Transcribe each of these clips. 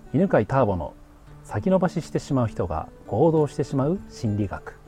犬飼ターボの先延ばししてしまう人が行動してしまう心理学。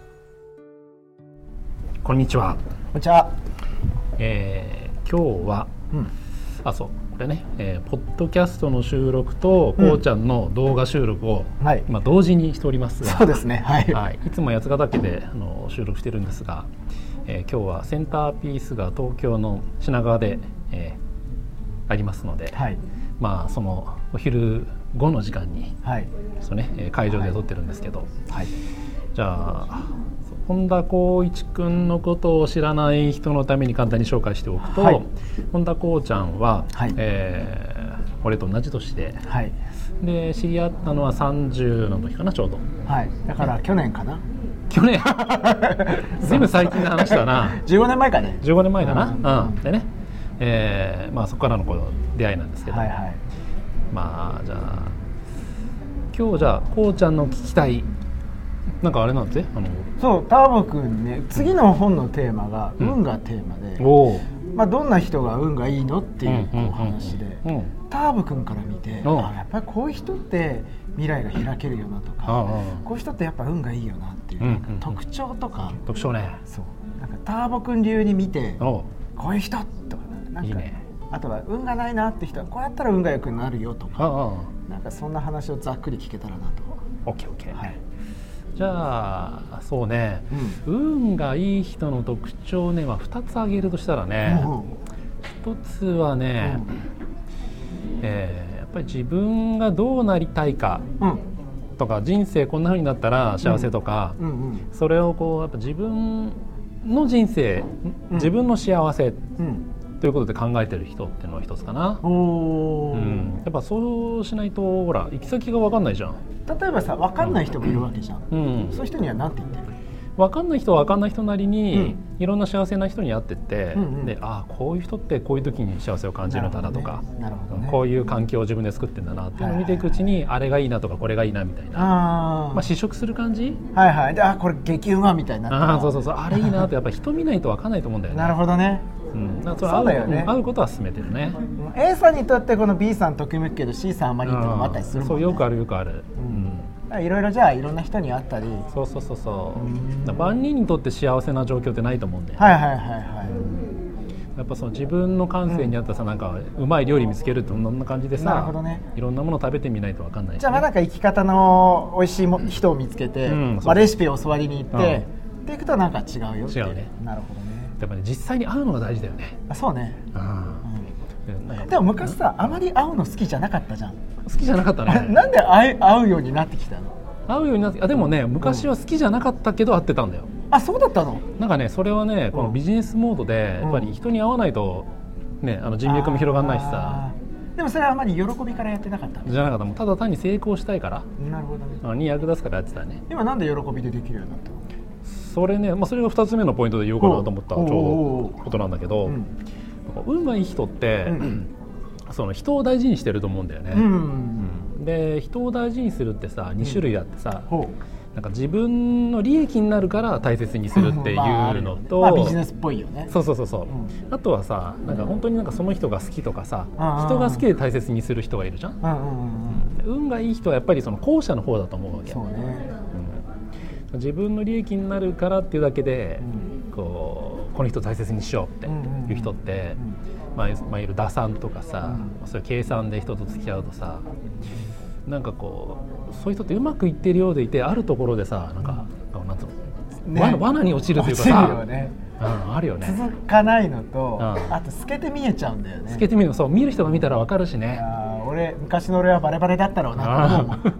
こんにちは。 こんにちは。 今日は、これね、ポッドキャストの収録とこうちゃんの動画収録を、今同時にしておりますが、 そうですね、 いつも八ヶ岳で収録してるんですが、今日はセンターピースが東京の品川で、ありますので、そのお昼後の時間に、会場で撮ってるんですけど、じゃあ本田光一くんのことを知らない人のために簡単に紹介しておくと、本田光ちゃんは、俺と同じ年で、で知り合ったのは30の時かな、ちょうど。 だから去年かな。 去年全部最近の話だな。 15年前かね。 15年前だな。でね、そこからの出会いなんですけど、じゃあ今日じゃあこうちゃんの聞きたいなんかあれなんですね。 そう、ターボくんね、次の本のテーマが運がテーマで、どんな人が運がいいのっていう話で、ターボくんから見て、やっぱりこういう人って未来が開けるよなとか、こういう人ってやっぱ運がいいよなっていう、特徴とか、 特徴ね。そう、 なんかターボくん流に見て、こういう人とかなんか、あとは運がないなって人はこうやったら運が良くなるよとか、なんかそんな話をざっくり聞けたらなと。 OK。じゃあそうね、運がいい人の特徴ね、2つ挙げるとしたらね、1つはね、やっぱり自分がどうなりたいかとか、人生こんな風になったら幸せとか、それをやっぱ自分の人生、自分の幸せということで考えてる人っていうのは一つかな。やっぱそうしないとほら行き先が分かんないじゃん。 例えばさ、分かんない人もいるわけじゃん。そういう人には何て言ってる？ 分かんない人は分かんない人なりに、いろんな幸せな人に会ってって、で、こういう人ってこういう時に幸せを感じるんだなとか、こういう環境を自分で作ってんだなっていうのを見ていくうちに、あれがいいなとかこれがいいなみたいな、試食する感じ。 で、これ激うまみたいな。 そうあれいいなってやっぱ人見ないと分かんないと思うんだよね。 なるほどね。 そうだよね。会うことは勧めてるね。 A さんにとってこの B さんときめくけど C さんあまりっていうのもあったりするもんね。 そう、よくある。 いろいろじゃあいろんな人に会ったり。 そう万人にとって幸せな状況ってないと思うんで。やっぱその自分の感性に合ったさ、なんかうまい料理見つけるってどんな感じでさ、いろんなもの食べてみないと分かんないし、ね。 じゃあなんか生き方の美味しい人を見つけて、レシピを教わりに行ってっていくとなんか違うよって。 違うね。 なるほどね。 やっぱり実際に会うのが大事だよね。 そうね。でも昔さ、あまり会うの好きじゃなかったじゃん。 好きじゃなかったね。 なんで会うようになってきたの？ 会うようになって、でもね、昔は好きじゃなかったけど会ってたんだよ。 そうだったの？ なんかね、それはね、このビジネスモードでやっぱり人に会わないとね、人脈も広がらないしさ。 でもそれはあまり喜びからやってなかった？ じゃなかった。もうただ単に成功したいから。 なるほどね。 に役立つからやってたね。 今なんで喜びでできるようになったの？ それね、それが2つ目のポイントで言おうかなと思ったちょうどことなんだけど、運がいい人って、その人を大事にしてると思うんだよね。で、人を大事にするってさ、2種類あってさ、なんか自分の利益になるから大切にするっていうのと、 ビジネスっぽいよね。 そう、あとはさ、なんか本当になんかその人が好きとかさ、人が好きで大切にする人がいるじゃん。運がいい人はやっぱりその後者の方だと思うわけ。自分の利益になるからっていうだけで、この人大切にしようっていう人って、いわゆる打算とかさ、そういう計算で人と付き合うとさ、なんかそういう人ってうまくいってるようでいて、あるところでさ、なんかなんつうの、罠に落ちるというかさ、あるよね。 続かないのと、あと透けて見えちゃうんだよね。 透けて見る、そう、見る人が見たらわかるしね。 昔の俺はバレバレだったろうなと思う。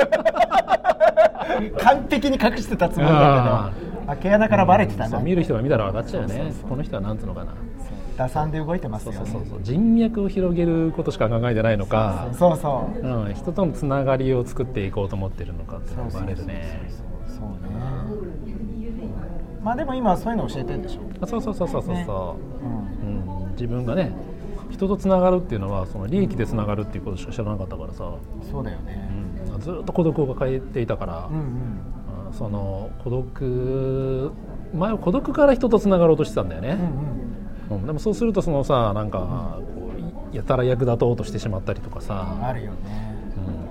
完璧に隠してたつもりだけど、毛穴からバレてたな。 見る人が見たら分かっちゃうよね。この人はなんつうのかな、 打算で動いてますよね。 人脈を広げることしか考えてないのか、人とのつながりを作っていこうと思ってるのかっていうのがバレるね。 でも今はそういうの教えてるんでしょ。 自分がね、人とつながるっていうのはその利益でつながるっていうことしか知らなかったからさ。 そうだよね。 ずっと孤独を抱えていたから、その前は孤独から人とつながろうとしてたんだよね。でもそうするとそのさ、なんかやたら役立とうとしてしまったりとかさ、 あるよね。 なん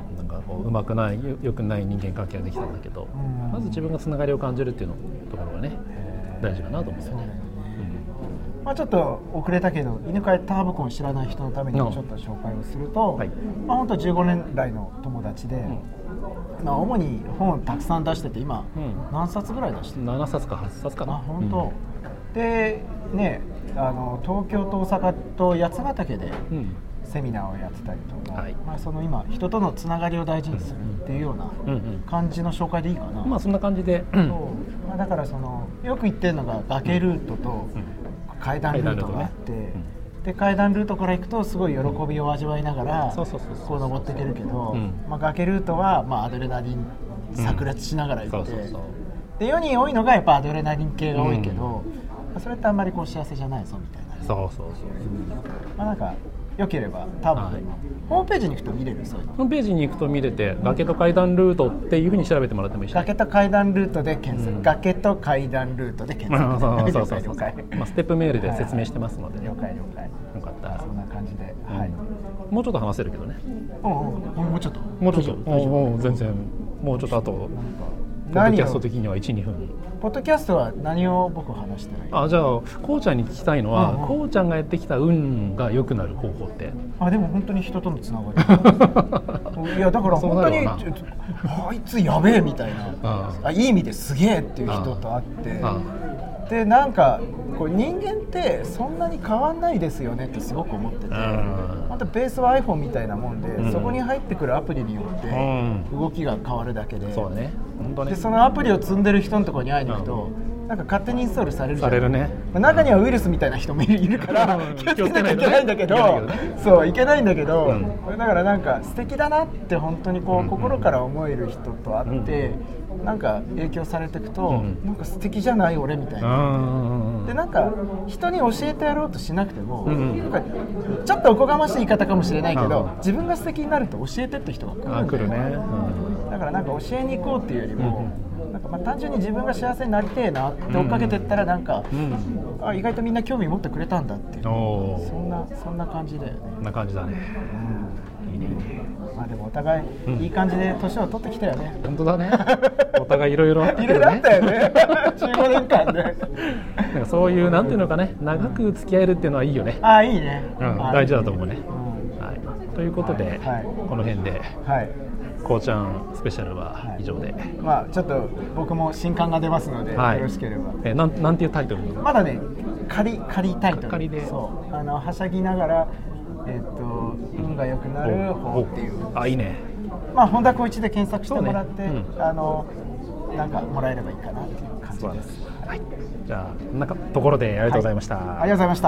こううまくない良くない人間関係ができたんだけど、まず自分がつながりを感じるっていうのところがね大事かなと思うんだよね。 まあ、ちょっと遅れたけど犬飼ターボくんを知らない人のためにちょっと紹介をすると、まあ、本当15年来の友達で、まあ、主に本をたくさん出してて今、何冊ぐらい出してる ？7冊か8冊かな。 本当、でね、東京と大阪と八ヶ岳でセミナーをやってたりとか、まあ、その今人とのつながりを大事にするっていうような感じの紹介でいいかな。 まあそんな感じで、 まあ、だからそのよく言ってるのが崖ルートと階段ルートがあって、で階段ルートから行くとすごい喜びを味わいながらこう登っていけるけど、まあ、崖ルートはまあアドレナリン炸裂しながら行って、で世に多いのがやっぱアドレナリン系が多いけど、それってあんまりこう幸せじゃないぞみたいな、まあなんかよければ多分、ホームページに行くと見れる。そういうのホームページに行くと見れて、崖と階段ルートっていうふうに調べてもらってもいいし、 崖と階段ルートで検索、崖と階段ルートで検索、 了解、まあ、ステップメールで説明してますので、 了解よかったらそんな感じで、 もうちょっと話せるけどね。 もうちょっと全然もうちょっとあとポッドキャスト的には 1,2 分。 ポッドキャストは何を僕話してない？ じゃあこうちゃんに聞きたいのは、こうちゃんがやってきた運が良くなる方法って。 でも本当に人とのつながりいやだから本当にあいつやべえみたいな、いい意味ですげえっていう人と会って、でなんかこう人間ってそんなに変わんないですよねってすごく思ってて、本当ベースは iPhone みたいなもんで、そこに入ってくるアプリによって動きが変わるだけで、でそのアプリを積んでる人のところに会いに行くと、なんか勝手にインストールされるじゃん。中にはウイルスみたいな人もいるから気をつけなきゃいけないんだけど、そういけないんだけど、だからなんか素敵だなって本当にこう心から思える人と会って、なんか影響されていくと、なんか素敵じゃない俺みたいな。でなんか人に教えてやろうとしなくても、なんかちょっとおこがましい言い方かもしれないけど、自分が素敵になると教えてって人が来るんだよね。だからなんか教えに行こうっていうよりも、なんかまあ単純に自分が幸せになりてえなって追っかけてったら、なんか、意外とみんな興味持ってくれたんだっていう、そんな感じだよね。 そんな感じだね。いいね。 まあでもお互いいい感じで年を取ってきたよね。 本当だね。お互いいろいろあったけどね。 いろいろあったよね。15年間で。 なんかそういうなんていうのかね、長く付き合えるっていうのはいいよね。 いいね。 大事だと思うね。ということで、この辺で。こうちゃんスペシャルは以上で、 まあちょっと僕も新刊が出ますので、よろしければ。 なんていうタイトル？ まだね、仮タイトル。 仮で。 そう、はしゃぎながら運が良くなる方っていう。 いいね。 まあ本田光一で検索してもらって、なんかもらえればいいかなっていう感じです。 じゃあこんなところでありがとうございました。 ありがとうございました。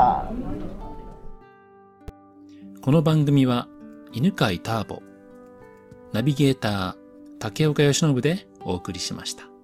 この番組は犬飼ターボ、ナビゲーター竹岡由伸でお送りしました。